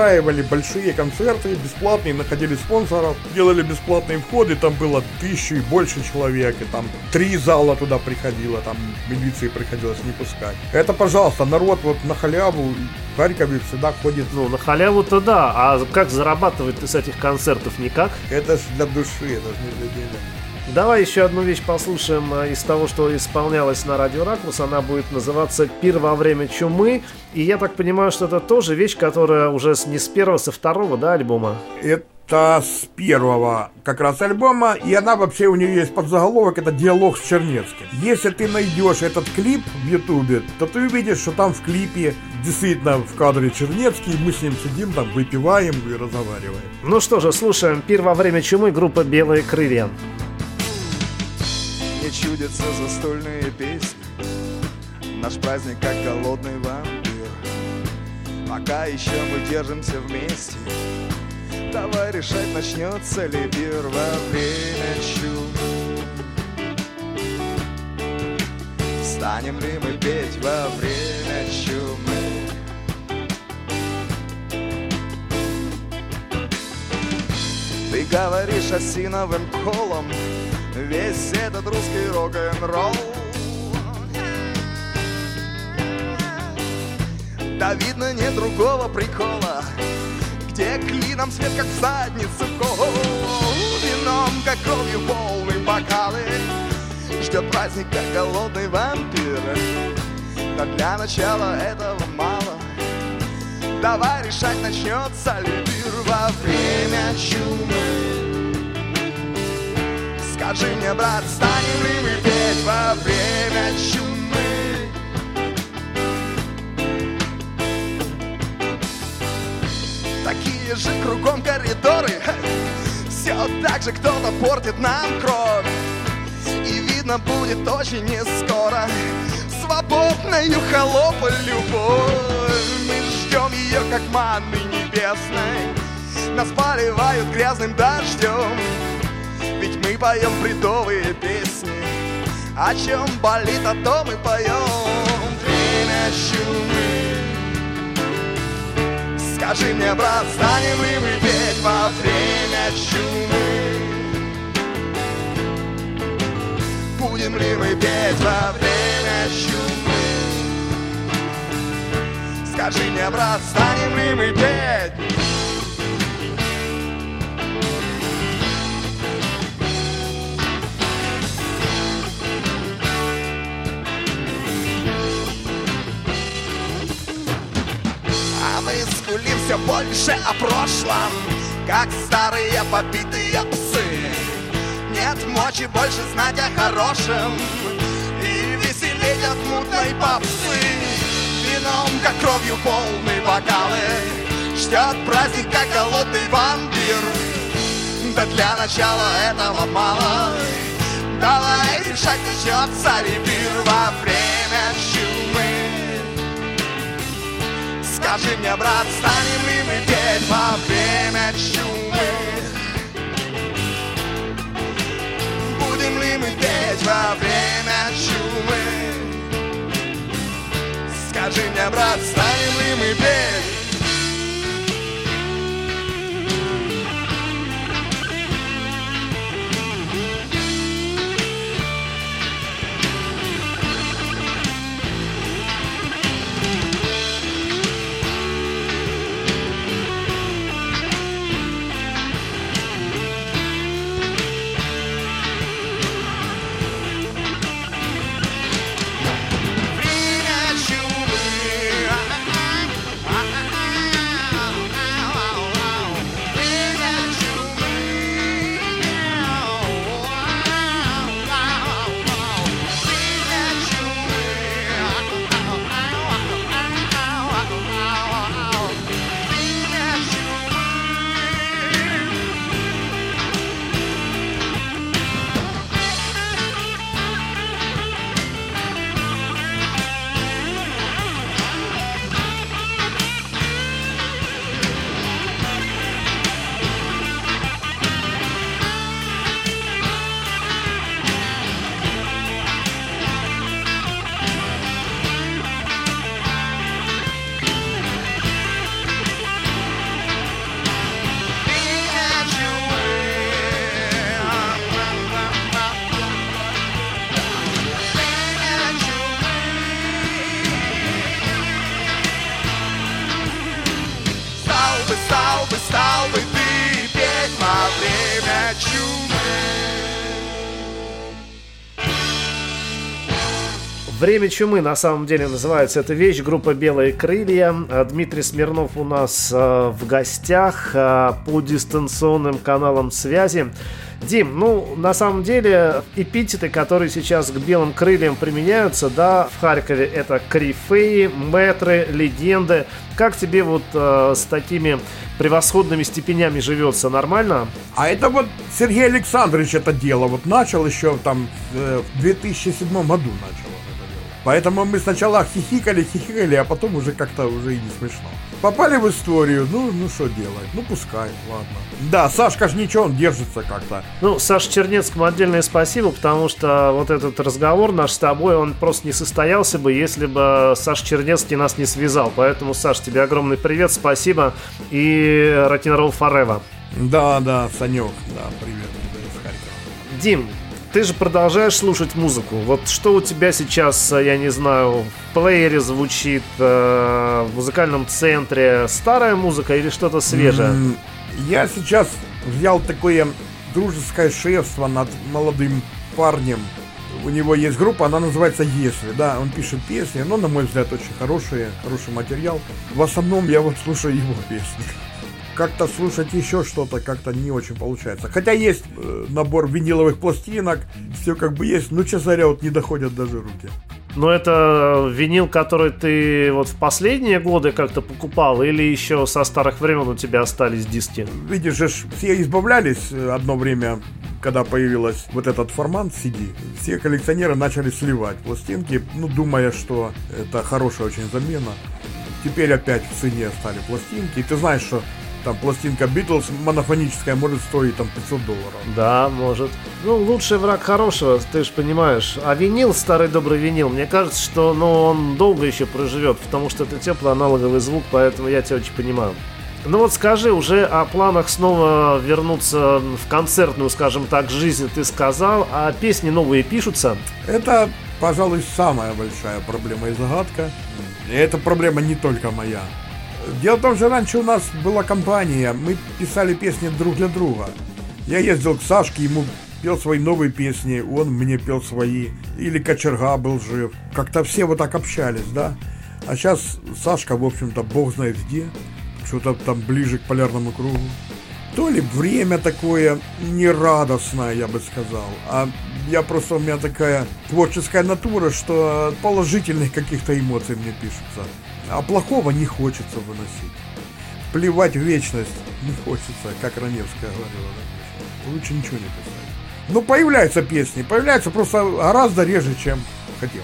большие концерты, бесплатные, находили спонсоров, делали бесплатные входы, там было 1000 и больше человек, и там 3 зала туда приходило, там милиции приходилось не пускать. Это, пожалуйста, народ вот на халяву в Харькове всегда ходит. На халяву-то да, а как зарабатывать с этих концертов никак? Это ж для души, это ж не для денег. Давай еще одну вещь послушаем из того, что исполнялось на радио Ракурс. Она будет называться «Пир во время чумы». И я так понимаю, что это тоже вещь, которая уже не с первого, со второго, да, альбома? Это с первого как раз альбома. И она вообще, у нее есть подзаголовок, это «Диалог с Чернецким». Если ты найдешь этот клип в Ютубе, то ты увидишь, что там в клипе действительно в кадре Чернецкий. Мы с ним сидим, там выпиваем и разговариваем. Ну что же, слушаем «Пир во время чумы», группа «Белые крылья». Мне чудятся застольные песни, наш праздник как голодный вампир. Пока еще мы держимся вместе, давай решать, начнется ли пир во время чумы. Станем ли мы петь во время чумы? Ты говоришь осиновым колом весь этот русский рок-н-ролл. Да видно нет другого прикола, где клином свет, как в задницу кол. Вином, как кровью полны бокалы, ждет праздник, как голодный вампир. Но для начала этого мало. Давай решать, начнется ли пир во время чумы. Скажи мне, брат, станем ли мы петь во время чумы? Такие же кругом коридоры, все так же кто-то портит нам кровь. И видно будет очень не скоро свободную холопа любовь. Мы ждем ее, как манны небесной, нас поливают грязным дождем. Ведь мы поем бредовые песни, о чем болит, о том и поем. Время чумы. Скажи мне, брат, станем ли мы петь во время чумы? Будем ли мы петь во время чумы? Скажи мне, брат, станем ли мы петь? А мы скулим все больше о прошлом, как старые побитые псы. Нет мочи больше знать о хорошем и веселеть от мутной попсы. Вином, как кровью полны бокалы, ждет праздник, как голодный вампир. Да для начала этого мало. Давай решать, начнется ли пир во время чумы. Скажи мне, брат, станем ли мы петь во время чумы? Будем ли мы петь во время чумы? Скажи мне, брат, станем ли мы петь? Стал бы ты петь во время чумы? «Время чумы» на самом деле называется эта вещь. Группа «Белые крылья». Дмитрий Смирнов у нас в гостях по дистанционным каналам связи. Дим, ну, на самом деле, эпитеты, которые сейчас к «Белым крыльям» применяются, да, в Харькове, это корифеи, мэтры, легенды. Как тебе вот с такими превосходными степенями живется? Нормально? А это вот Сергей Александрович это дело вот начал еще там в 2007 году начал это дело. Поэтому мы сначала хихикали, а потом уже как-то уже и не смешно. Попали в историю, ну что делать, ну пускай, ладно. Да, Сашка ж ничего, он держится как-то. Ну, Саше Чернецкому отдельное спасибо, потому что вот этот разговор наш с тобой, он просто не состоялся бы, если бы Саша Чернецкий нас не связал. Поэтому, Саш, тебе огромный привет, спасибо и рок-н-ролл forever. Да, Санек, да, привет из Харькова. Дим, ты же продолжаешь слушать музыку. Вот что у тебя сейчас, я не знаю, в плеере звучит, в музыкальном центре? Старая музыка или что-то свежее? Я сейчас взял такое дружеское шефство над молодым парнем. У него есть группа, она называется «Если», да, он пишет песни, но, на мой взгляд, очень хороший материал. В основном я вот слушаю его песни. Как-то слушать еще что-то как-то не очень получается. Хотя есть набор виниловых пластинок, все как бы есть, но, честно говоря, вот не доходят даже руки. Но это винил, который ты вот в последние годы как-то покупал, или еще со старых времен у тебя остались диски? Видишь, все избавлялись одно время, когда появилась вот этот формат CD. Все коллекционеры начали сливать пластинки, думая, что это хорошая очень замена. Теперь опять в цене стали пластинки. И ты знаешь, что там пластинка Beatles монофоническая может стоить там $500. Да, может. Лучший враг хорошего, ты же понимаешь. А винил, старый добрый винил, мне кажется, что он долго еще проживет, потому что это теплоаналоговый звук, поэтому я тебя очень понимаю. Вот скажи, уже о планах снова вернуться в концертную, скажем так, жизнь ты сказал, а песни новые пишутся? Это, пожалуй, самая большая проблема и загадка. И эта проблема не только моя. Дело в том, что раньше у нас была компания, мы писали песни друг для друга. Я ездил к Сашке, ему пел свои новые песни, он мне пел свои. Или Кочерга был жив. Как-то все вот так общались, да. А сейчас Сашка, в общем-то, бог знает где. Что-то там ближе к полярному кругу. То ли время такое нерадостное, я бы сказал. А у меня такая творческая натура, что положительных каких-то эмоций мне пишется. А плохого не хочется выносить. Плевать в вечность не хочется, как Раневская говорила. Да? Лучше ничего не писать. Появляются песни, появляются просто гораздо реже, чем хотелось.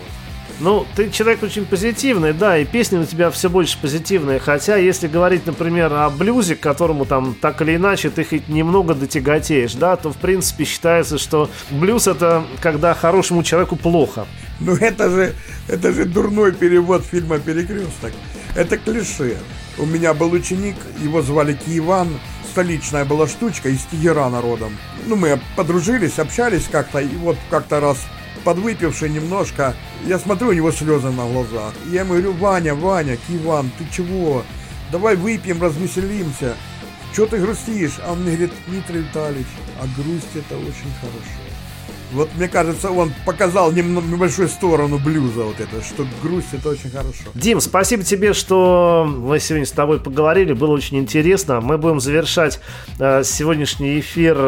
Ты человек очень позитивный, да, и песни у тебя все больше позитивные. Хотя, если говорить, например, о блюзе, к которому там так или иначе ты хоть немного дотяготеешь, да, то, в принципе, считается, что блюз — это когда хорошему человеку плохо. Это же дурной перевод фильма «Перекресток». Это клише. У меня был ученик, его звали Киеван, столичная была штучка, из Тегерана родом. Мы подружились, общались как-то, и вот как-то раз подвыпивший немножко, я смотрю, у него слезы на глазах. И я ему говорю: Ваня, Киеван, ты чего? Давай выпьем, развеселимся. Чего ты грустишь? А он мне говорит: Дмитрий Витальевич, а грусть — это очень хорошо. Вот, мне кажется, он показал небольшую сторону блюза, вот это, что грусть — это очень хорошо. Дим, спасибо тебе, что мы сегодня с тобой поговорили, было очень интересно. Мы будем завершать сегодняшний эфир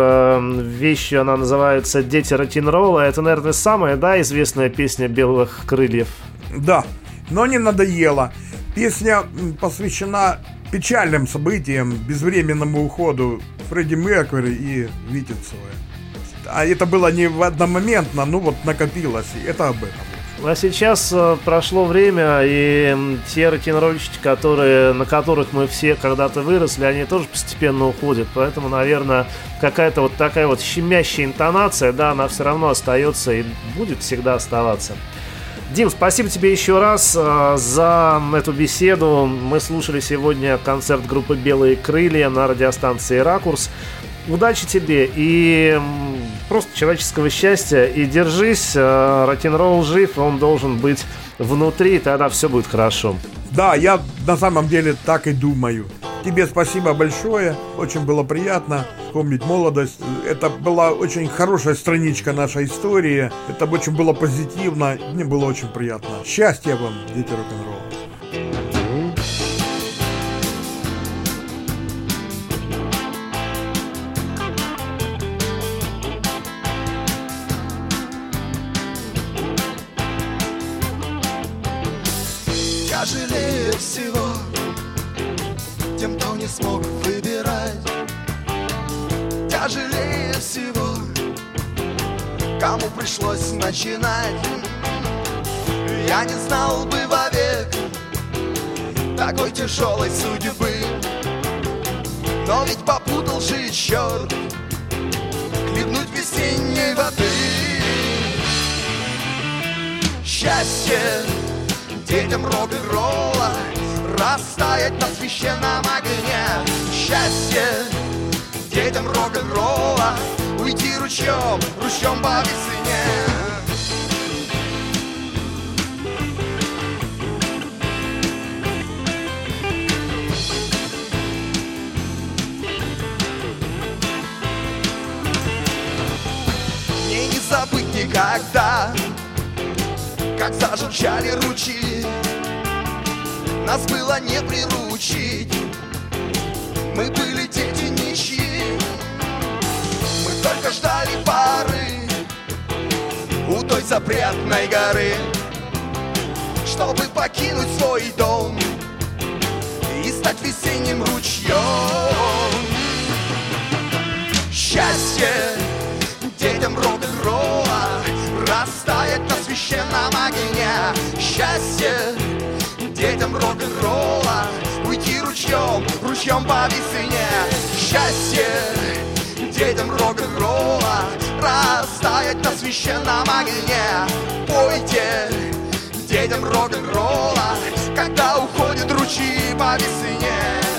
вещью, она называется «Дети рок-н-ролла». Это, наверное, самая, известная песня «Белых крыльев». Да, но не надоело. Песня посвящена печальным событиям, безвременному уходу Фредди Меркьюри и Витицевой. А это было не в одномоментно, накопилось, и это об этом. А сейчас прошло время, и те рок-н-ролльщики, на которых мы все когда-то выросли, они тоже постепенно уходят. Поэтому, наверное, какая-то вот такая вот щемящая интонация, она все равно остается и будет всегда оставаться. Дим, спасибо тебе еще раз за эту беседу. Мы слушали сегодня концерт группы «Белые крылья» на радиостанции «Ракурс». Удачи тебе и просто человеческого счастья. И держись, рок-н-ролл жив, он должен быть внутри, тогда все будет хорошо. Да, я на самом деле так и думаю. Тебе спасибо большое, очень было приятно вспомнить молодость. Это была очень хорошая страничка нашей истории, это очень было позитивно, мне было очень приятно. Счастья вам, дети рок-н-ролла. Тяжелее всего тем, кто не смог выбирать. Тяжелее всего кому пришлось начинать. Я не знал бы вовек такой тяжелой судьбы, но ведь попутал же черт хлебнуть весенней воды. Счастье детям рок-н-ролла растаять на священном огне. Счастье детям рок-н-ролла уйти ручьем, ручьем по весне. Мне не забыть никогда, как зажурчали ручьи. Нас было не приручить, мы были дети нищие. Мы только ждали поры у той запретной горы, чтобы покинуть свой дом и стать весенним ручьем. Счастье детям рок-н-ролла растает на священном огне. Счастье детям рок-н-ролла уйти ручьем, ручьем по весне. Счастье детям рок-н-ролла растает на священном огне. Пойте детям рок-н-ролла, когда уходят ручьи по весне.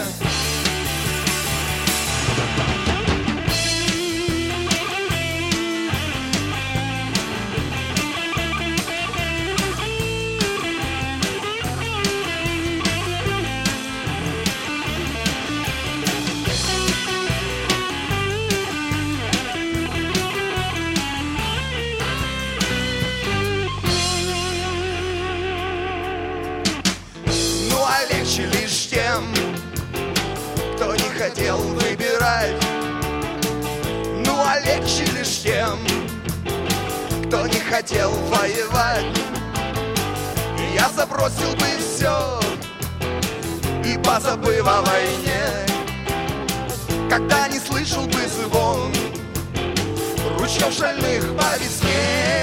Легче лишь тем, кто не хотел выбирать. Ну а легче лишь тем, кто не хотел воевать. И я забросил бы все и позабыв о войне, когда не слышал бы звон ручьев шальных по весне.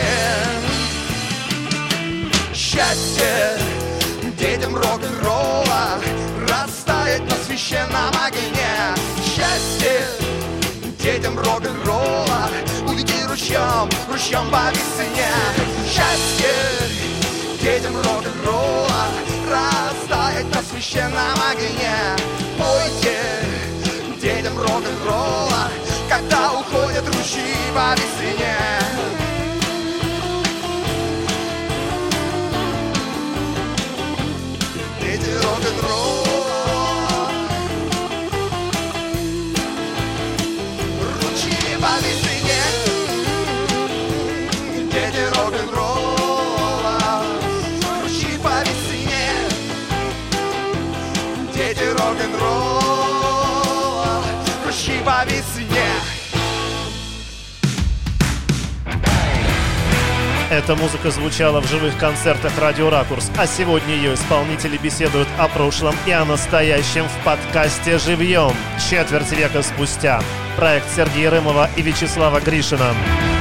Счастье детям рок-н-ролла растает на священном огне. Счастье детям рок-н-ролла уйти ручьем, ручьем по весне. Счастье детям рок-н-ролла растает на священном огне. Пойте детям рок-н-ролла, когда уходят ручьи по весне. Дети рок-н-ролла, ручьи по весне. Дети рок-н-ролла, ручьи по весне. Дети рок-н-ролла, ручьи по весне. Эта музыка звучала в живых концертах «Радио Ракурс», а сегодня ее исполнители беседуют о прошлом и о настоящем в подкасте «Живьем». Четверть века спустя. Проект Сергея Рымова и Вячеслава Гришина.